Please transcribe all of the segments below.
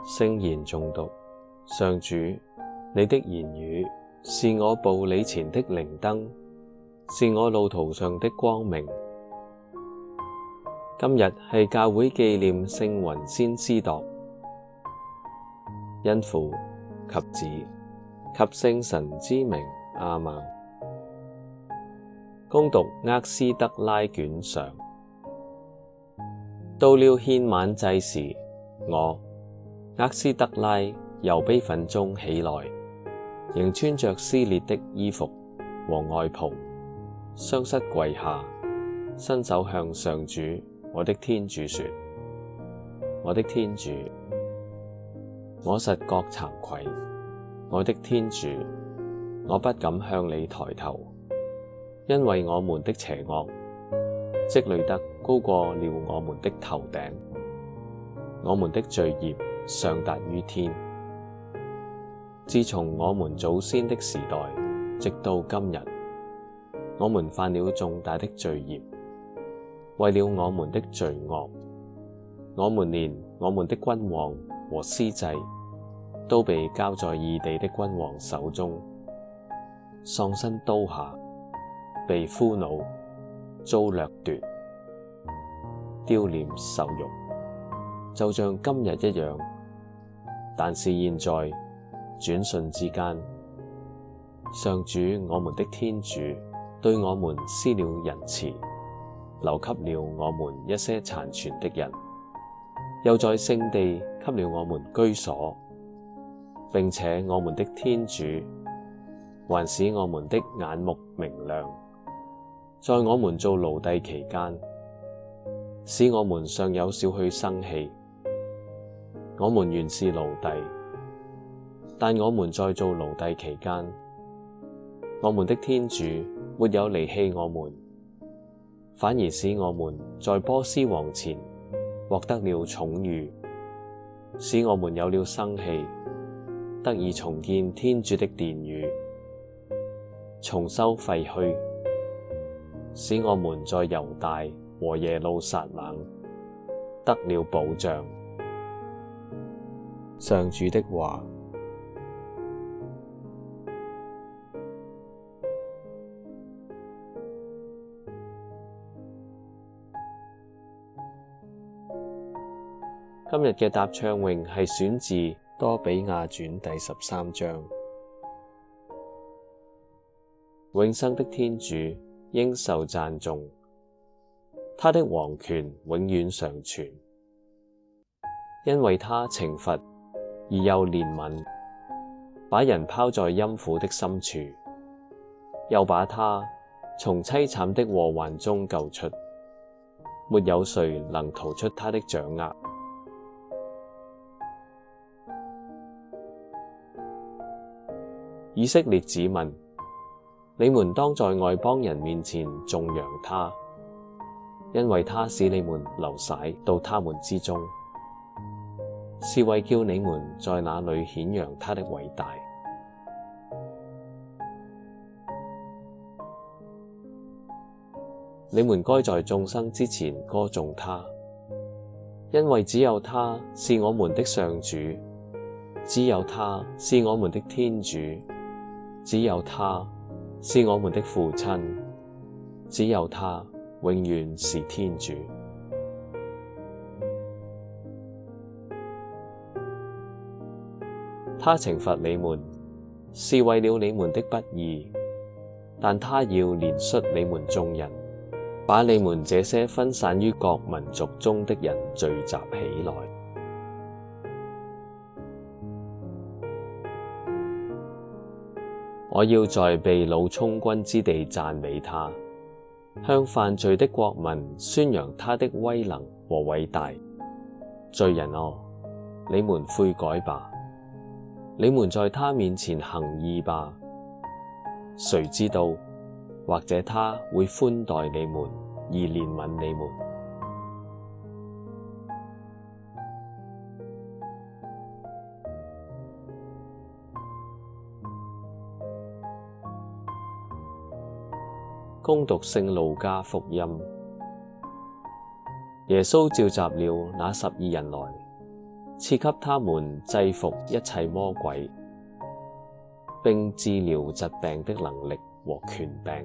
聖言誦讀。上主，你的言語是我步履前的靈燈，是我路途上的光明。今日係教會紀念聖雲先知鐸，因父及子及聖神之名，阿們。恭讀厄斯德拉卷上。到了獻晚祭時，我厄斯德拉由悲憤中起來，仍穿着撕裂的衣服和外袍，雙膝跪下，伸手向上主我的天主說：我的天主，我實覺慚愧，我的天主，我不敢向你抬頭，因為我們的邪惡積累得高過了我們的頭頂，我們的罪孽上達於天。自從我們祖先的時代直到今日，我們犯了重大的罪孽。為了我們的罪惡，我們連我們的君王和司祭都被交在異地的君王手中，喪身刀下，被俘虜，遭掠奪，丟臉受辱，就像今日一樣。但是現在轉瞬之間，上主我們的天主對我們施了仁慈，留給了我們一些殘存的人，又在聖地給了我們居所，並且我們的天主還使我們的眼目明亮，在我們做奴隸期間，使我們尚有少許生氣。我們原是奴隸，但我們在做奴隸期間，我們的天主沒有離棄我們，反而使我們在波斯王前獲得了寵遇，使我們有了生氣，得以重建天主的殿宇，重修廢墟，使我們在猶大和耶路撒冷得了保障。上主的話。今日嘅答唱詠係選自多俾亞傳第13章。永生的天主應受讚頌，他的王權永遠常存，因為他懲罰而又憐憫，把人拋在陰府的深處，又把他從淒慘的禍患中救出，沒有誰能逃出他的掌握。以色列子民，你們當在外邦人面前頌揚他，因為他使你們流徙到他們之中，是為叫你們在那裏顯揚他的偉大。你們該在眾生之前歌頌他，因為只有他是我們的上主，只有他是我們的天主，只有他是我們的父親，只有他永遠是天主。他懲罰你們，是為了你們的不義，但他要憐恤你們眾人，把你們這些分散於各民族中的人聚集起來。我要在被擄充軍之地讚美他，向犯罪的國民宣揚他的威能和偉大。罪人哦，你們悔改吧，你們在他面前行義吧。誰知道，或者他會寬待你們而憐憫你們。恭讀聖路加福音。耶穌召集了那12人來， 賜給他們制服一切魔鬼，並治療疾病的能力和權柄，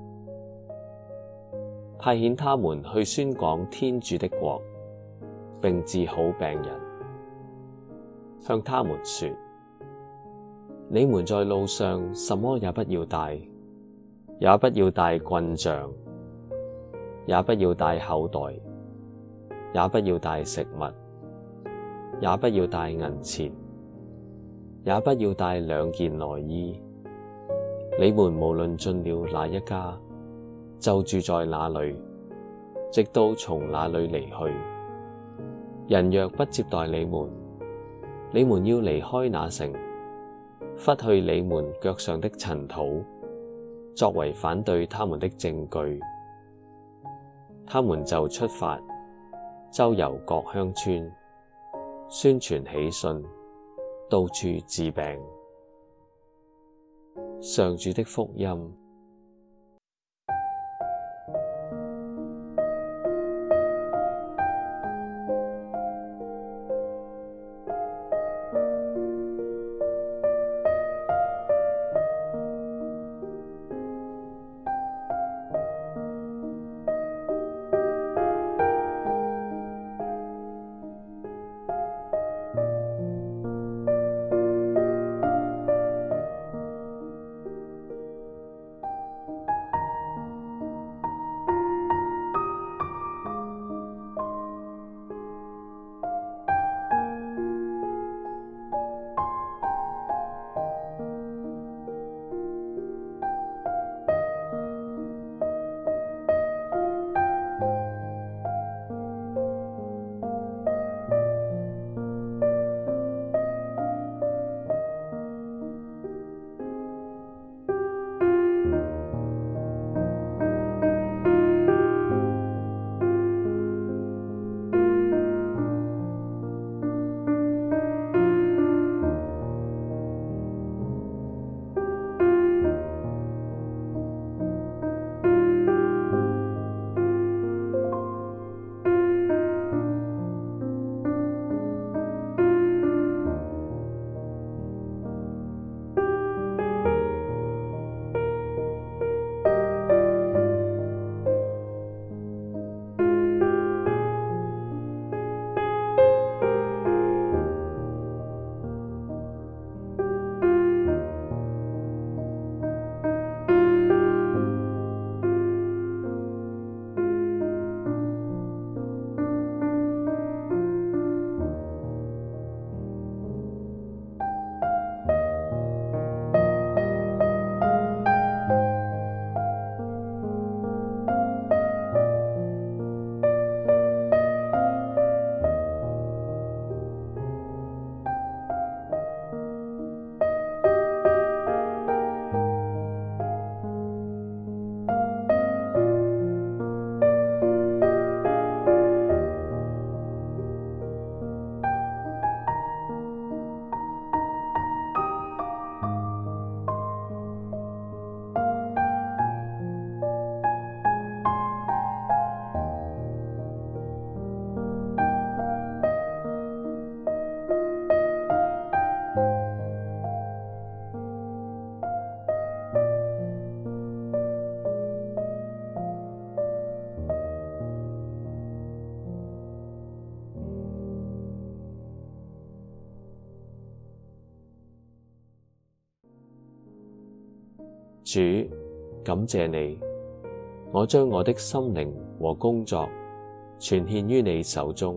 派遣他們去宣講天主的國，並治好病人，向他們說：你們在路上什麼也不要帶，也不要帶棍杖，也不要帶口袋，也不要帶食物，也不要帶銀錢，也不要帶兩件內衣。你們無論進了哪一家，就住在那裏，直到從那裏離去。人若不接待你們，你們要離開那城，拂去你們腳上的塵土，作為反對他們的證據。他們就出發，周遊各鄉村，宣傳喜訊，到處治病。上主的福音。 主，感謝你，我將我的心靈和工作全獻於你手中。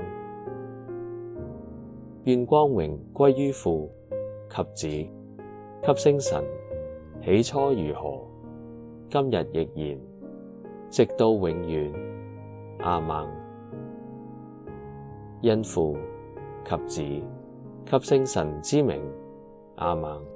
願光榮歸於父及子及聖神，起初如何，今日亦然，直到永遠。阿們。因父及子及聖神之名。阿們。